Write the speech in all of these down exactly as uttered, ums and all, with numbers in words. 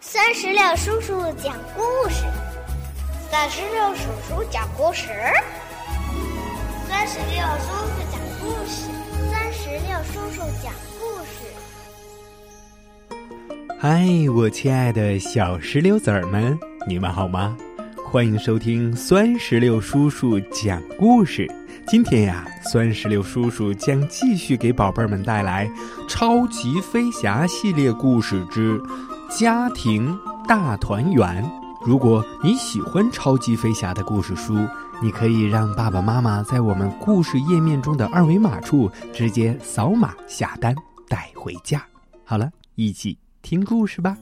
三十六叔叔讲故事，三十六叔叔讲故事，三十六叔叔讲故事，三十六叔叔讲故事。嗨，我亲爱的小石榴籽儿们，你们好吗？欢迎收听酸石榴叔叔讲故事。今天呀，酸石榴叔叔将继续给宝贝们带来超级飞侠系列故事之家庭大团圆。如果你喜欢超级飞侠的故事书，你可以让爸爸妈妈在我们故事页面中的二维码处直接扫码下单带回家。好了，一起听故事吧。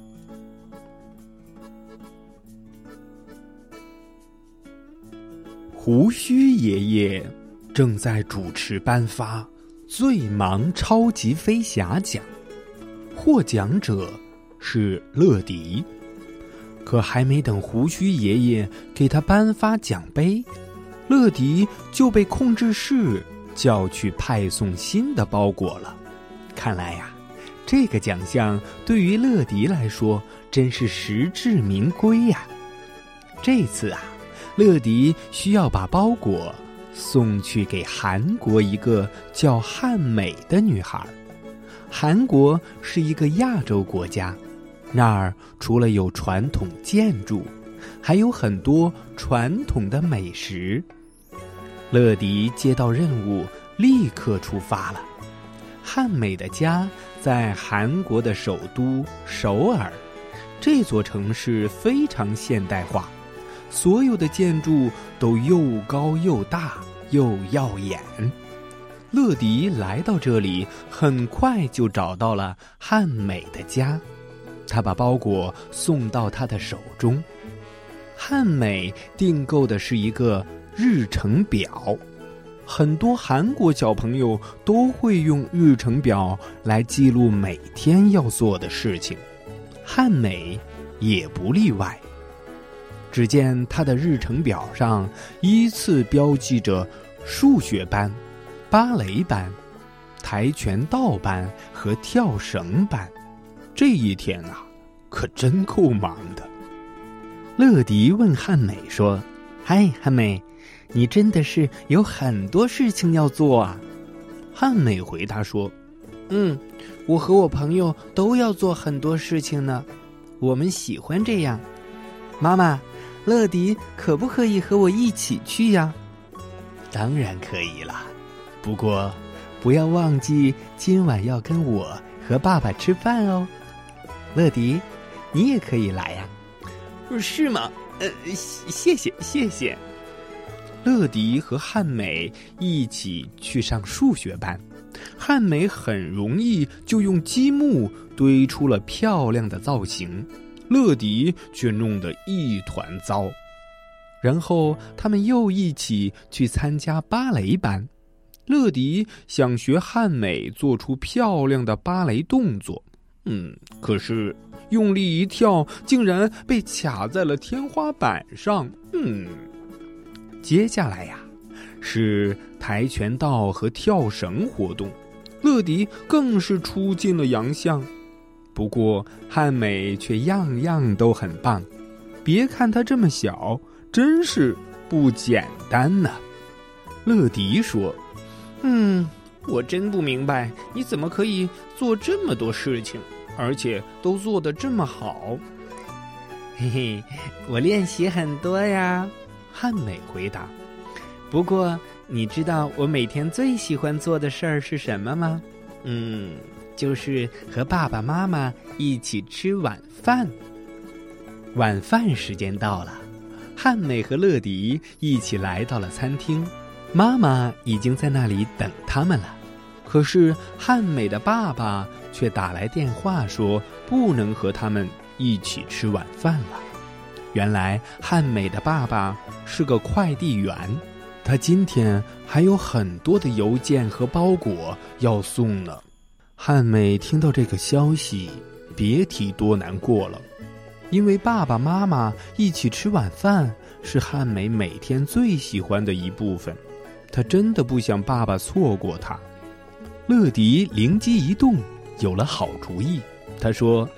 胡须爷爷正在主持颁发最忙超级飞侠奖，获奖者是乐迪。可还没等胡须爷爷给他颁发奖杯，乐迪就被控制室叫去派送新的包裹了。看来呀，这个奖项对于乐迪来说真是实至名归呀。这次啊，乐迪需要把包裹送去给韩国一个叫汉美的女孩。韩国是一个亚洲国家，那儿除了有传统建筑，还有很多传统的美食。乐迪接到任务，立刻出发了。汉美的家在韩国的首都首尔，这座城市非常现代化，所有的建筑都又高又大又耀眼。乐迪来到这里，很快就找到了汉美的家。他把包裹送到他的手中。汉美订购的是一个日程表，很多韩国小朋友都会用日程表来记录每天要做的事情，汉美也不例外。只见他的日程表上依次标记着数学班、芭蕾班、跆拳道班和跳绳班。这一天啊，可真够忙的。乐迪问汉美说：“嗨，汉美，你真的是有很多事情要做啊？”汉美回答说：“嗯，我和我朋友都要做很多事情呢，我们喜欢这样。妈妈，乐迪可不可以和我一起去呀？”“当然可以了，不过不要忘记今晚要跟我和爸爸吃饭哦。乐迪，你也可以来呀。”“是吗？呃，谢谢谢谢。”乐迪和汉美一起去上数学班，汉美很容易就用积木堆出了漂亮的造型，乐迪却弄得一团糟。然后他们又一起去参加芭蕾班，乐迪想学汉美做出漂亮的芭蕾动作，嗯，可是用力一跳，竟然被卡在了天花板上。嗯，接下来呀，是跆拳道和跳绳活动，乐迪更是出尽了洋相。不过汉美却样样都很棒，别看她这么小，真是不简单呢。乐迪说：“嗯，我真不明白，你怎么可以做这么多事情，而且都做得这么好。”“嘿嘿，我练习很多呀。”汉美回答。“不过你知道我每天最喜欢做的事儿是什么吗？嗯，就是和爸爸妈妈一起吃晚饭。”晚饭时间到了，汉美和乐迪一起来到了餐厅，妈妈已经在那里等他们了。可是汉美的爸爸却打来电话说不能和他们一起吃晚饭了。原来汉美的爸爸是个快递员，他今天还有很多的邮件和包裹要送呢。汉美听到这个消息，别提多难过了，因为爸爸妈妈一起吃晚饭是汉美每天最喜欢的一部分，她真的不想爸爸错过她。乐迪灵机一动，有了好主意。他说：“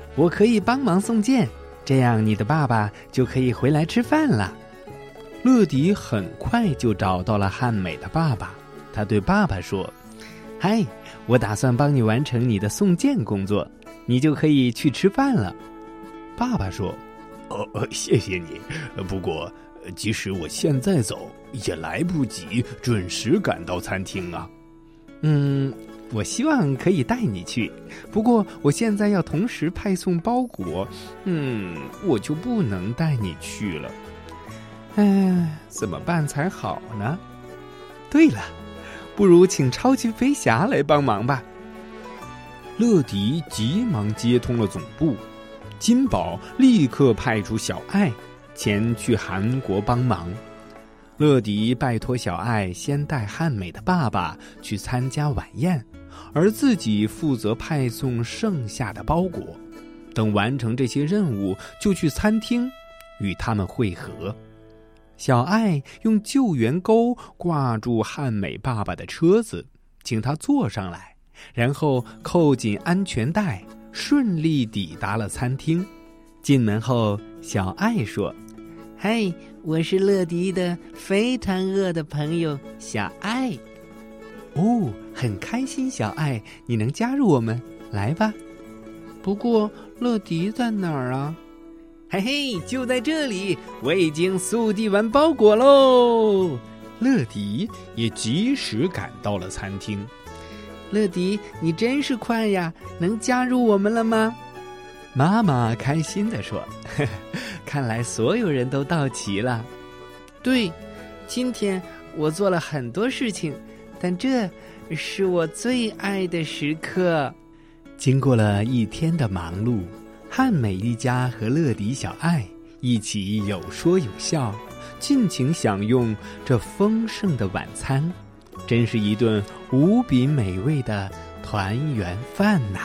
我可以帮忙送件，这样你的爸爸就可以回来吃饭了。乐迪很快就找到了汉美的爸爸，他对爸爸说：嗨，我打算帮你完成你的送件工作，你就可以去吃饭了。爸爸说： 哦，谢谢你，不过即使我现在走也来不及准时赶到餐厅啊。 嗯，我希望可以带你去，不过我现在要同时派送包裹，嗯，我就不能带你去了。哎，怎么办才好呢？对了，不如请超级飞侠来帮忙吧。 乐迪急忙接通了总部，金宝立刻派出小爱前去韩国帮忙。 乐迪拜托小爱先带汉美的爸爸去参加晚宴，而自己负责派送剩下的包裹。等完成这些任务，就去餐厅与他们会合。小爱用救援钩挂住汉美爸爸的车子，请他坐上来，然后扣紧安全带，顺利抵达了餐厅。进门后，小爱说：嗨，我是乐迪的非常饿的朋友小爱。哦，很开心小爱你能加入我们，来吧。不过乐迪在哪儿啊？嘿嘿，就在这里，我已经速递完包裹喽。乐迪也及时赶到了餐厅。乐迪，你真是快呀，能加入我们了吗？妈妈开心地说：呵呵，看来所有人都到齐了。对，今天我做了很多事情，但这是我最爱的时刻。经过了一天的忙碌，汉美一家和乐迪小爱一起有说有笑，尽情享用这丰盛的晚餐，真是一顿无比美味的团圆饭呐！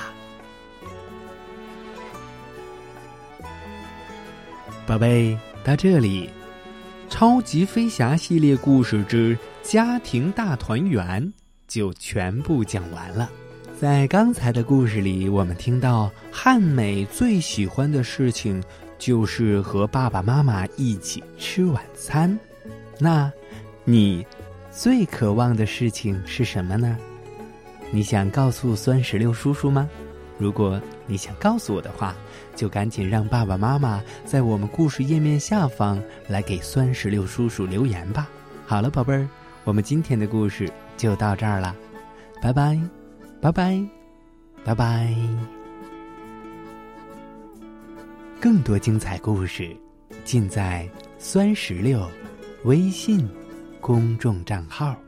宝贝，到这里，超级飞侠系列故事之家庭大团圆就全部讲完了。在刚才的故事里，我们听到汉美最喜欢的事情就是和爸爸妈妈一起吃晚餐。那你最渴望的事情是什么呢？你想告诉酸石榴叔叔吗？如果你想告诉我的话，就赶紧让爸爸妈妈在我们故事页面下方来给酸石榴叔叔留言吧。好了，宝贝儿，我们今天的故事就到这儿了，拜拜拜拜拜拜。更多精彩故事尽在酸石榴微信公众账号。